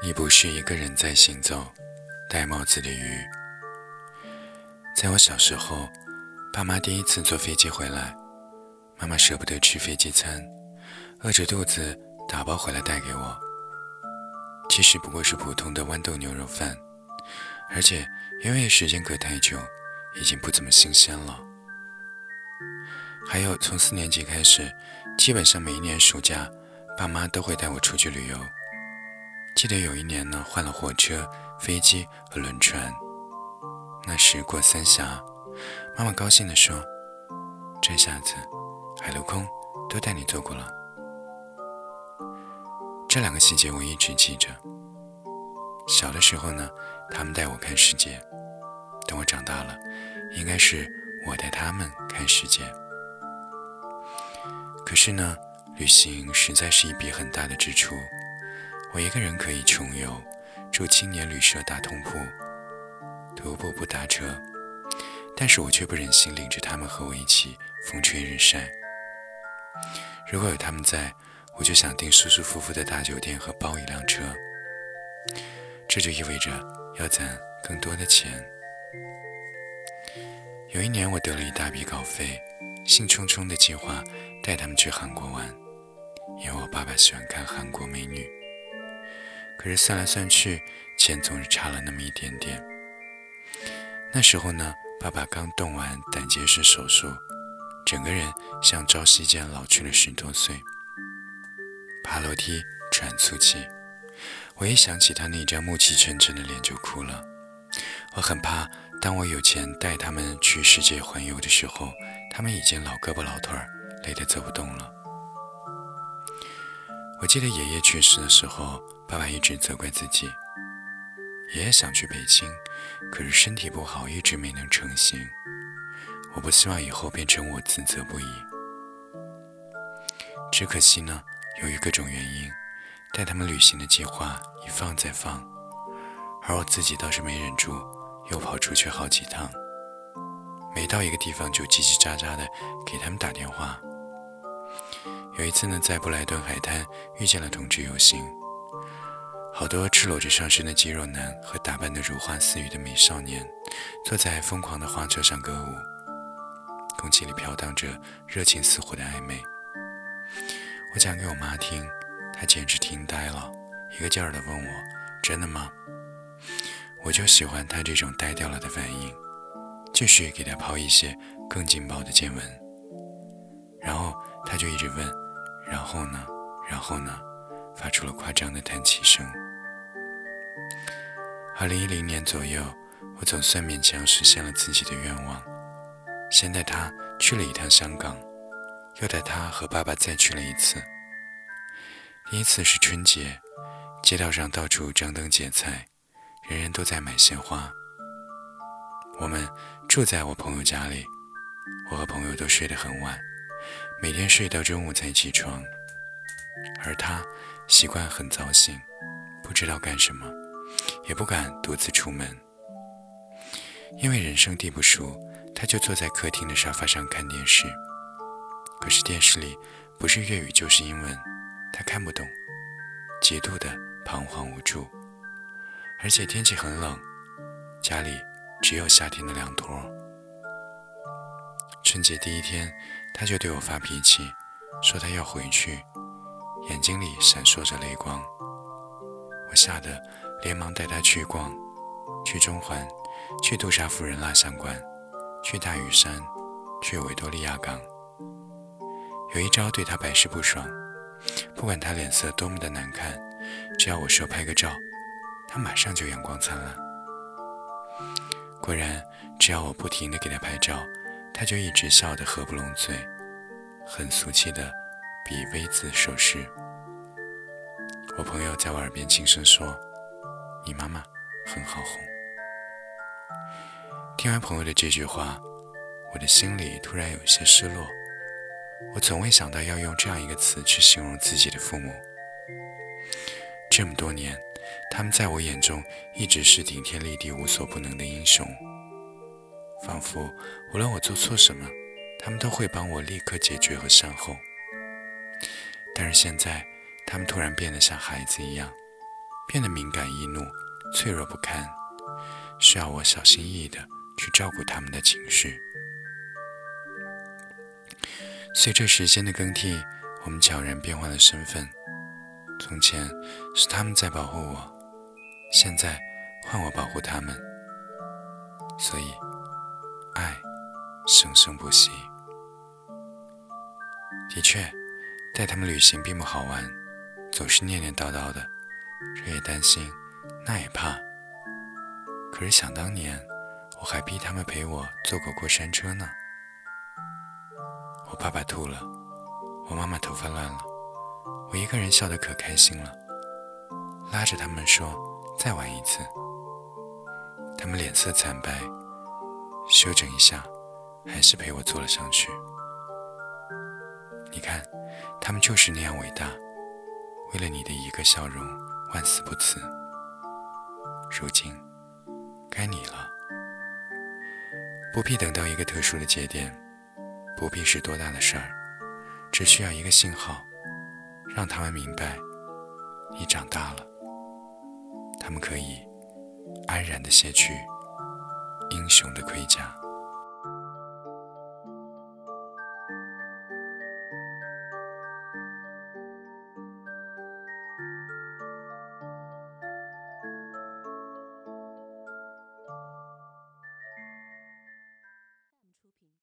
你不是一个人在行走，戴帽子的鱼。在我小时候，爸妈第一次坐飞机回来，妈妈舍不得吃飞机餐，饿着肚子打包回来带给我。其实不过是普通的豌豆牛肉饭，而且因为时间隔太久，已经不怎么新鲜了。还有从4年级开始，基本上每一年暑假，爸妈都会带我出去旅游。记得有一年呢，换了火车、飞机和轮船。那时过三峡，妈妈高兴地说：“这下子海陆空都带你坐过了。”这2个细节我一直记着。小的时候呢，他们带我看世界；等我长大了，应该是我带他们看世界。可是呢，旅行实在是一笔很大的支出。我一个人可以穷游，住青年旅社大通铺，徒步不打车，但是我却不忍心领着他们和我一起风吹日晒。如果有他们在，我就想订舒舒服服的大酒店和包一辆车，这就意味着要攒更多的钱。有一年我得了一大笔稿费，兴冲冲的计划带他们去韩国玩，因为我爸爸喜欢看韩国美女。可是算来算去，钱总是差了那么一点点。那时候呢，爸爸刚动完胆结石手术，整个人像朝夕间老去了10多岁。爬楼梯喘粗气，我一想起他那张暮气沉沉的脸就哭了。我很怕当我有钱带他们去世界环游的时候，他们已经老胳膊老腿儿，累得走不动了。我记得爷爷去世的时候，爸爸一直责怪自己。爷爷想去北京，可是身体不好，一直没能成行。我不希望以后变成我自责不已。只可惜呢，由于各种原因，带他们旅行的计划一放再放，而我自己倒是没忍住，又跑出去好几趟。每到一个地方就叽叽喳喳的给他们打电话。有一次呢，在布莱顿海滩遇见了同志游行，好多赤裸着上身的肌肉男和打扮得如花似玉的美少年，坐在疯狂的花车上歌舞，空气里飘荡着热情似火的暧昧。我讲给我妈听，她简直听呆了，一个劲儿地问我：“真的吗？”我就喜欢她这种呆掉了的反应，继续给她抛一些更劲爆的见闻。然后她就一直问：“然后呢？然后呢？”发出了夸张的叹气声。2010年左右，我总算勉强实现了自己的愿望，先带他去了一趟香港，又带他和爸爸再去了一次。第一次是春节，街道上到处张灯结彩，人人都在买鲜花。我们住在我朋友家里，我和朋友都睡得很晚，每天睡到中午才起床，而他习惯很早醒，不知道干什么，也不敢独自出门。因为人生地不熟，他就坐在客厅的沙发上看电视。可是电视里不是粤语就是英文，他看不懂，极度的彷徨无助。而且天气很冷，家里只有夏天的凉拖。春节第一天，他就对我发脾气，说他要回去，眼睛里闪烁着泪光。我吓得连忙带他去逛，去中环，去杜莎夫人蜡像馆，去大屿山，去维多利亚港。有一招对他百试不爽，不管他脸色多么的难看，只要我说拍个照，他马上就阳光灿烂。果然，只要我不停地给他拍照，他就一直笑得合不拢嘴，很俗气的比 V 字手势。我朋友在我耳边轻声说：“你妈妈很好哄。”听完朋友的这句话，我的心里突然有些失落。我从未想到要用这样一个词去形容自己的父母。这么多年，他们在我眼中一直是顶天立地无所不能的英雄，仿佛无论我做错什么，他们都会帮我立刻解决和善后。但是现在他们突然变得像孩子一样， 变得敏感易怒，脆弱不堪，需要我小心翼翼地去照顾他们的情绪。随着时间的更替，我们悄然变换了身份。从前是他们在保护我，现在换我保护他们，所以爱生生不息。的确，带他们旅行并不好玩，总是念念叨叨的，这也担心，那也怕。可是想当年，我还逼他们陪我坐过山车呢。我爸爸吐了，我妈妈头发乱了，我一个人笑得可开心了，拉着他们说再玩一次。他们脸色惨白，休整一下，还是陪我坐了上去。你看，他们就是那样伟大，为了你的一个笑容，万死不辞。如今，该你了。不必等到一个特殊的节点，不必是多大的事儿，只需要一个信号，让他们明白，你长大了。他们可以安然地卸去英雄的盔甲。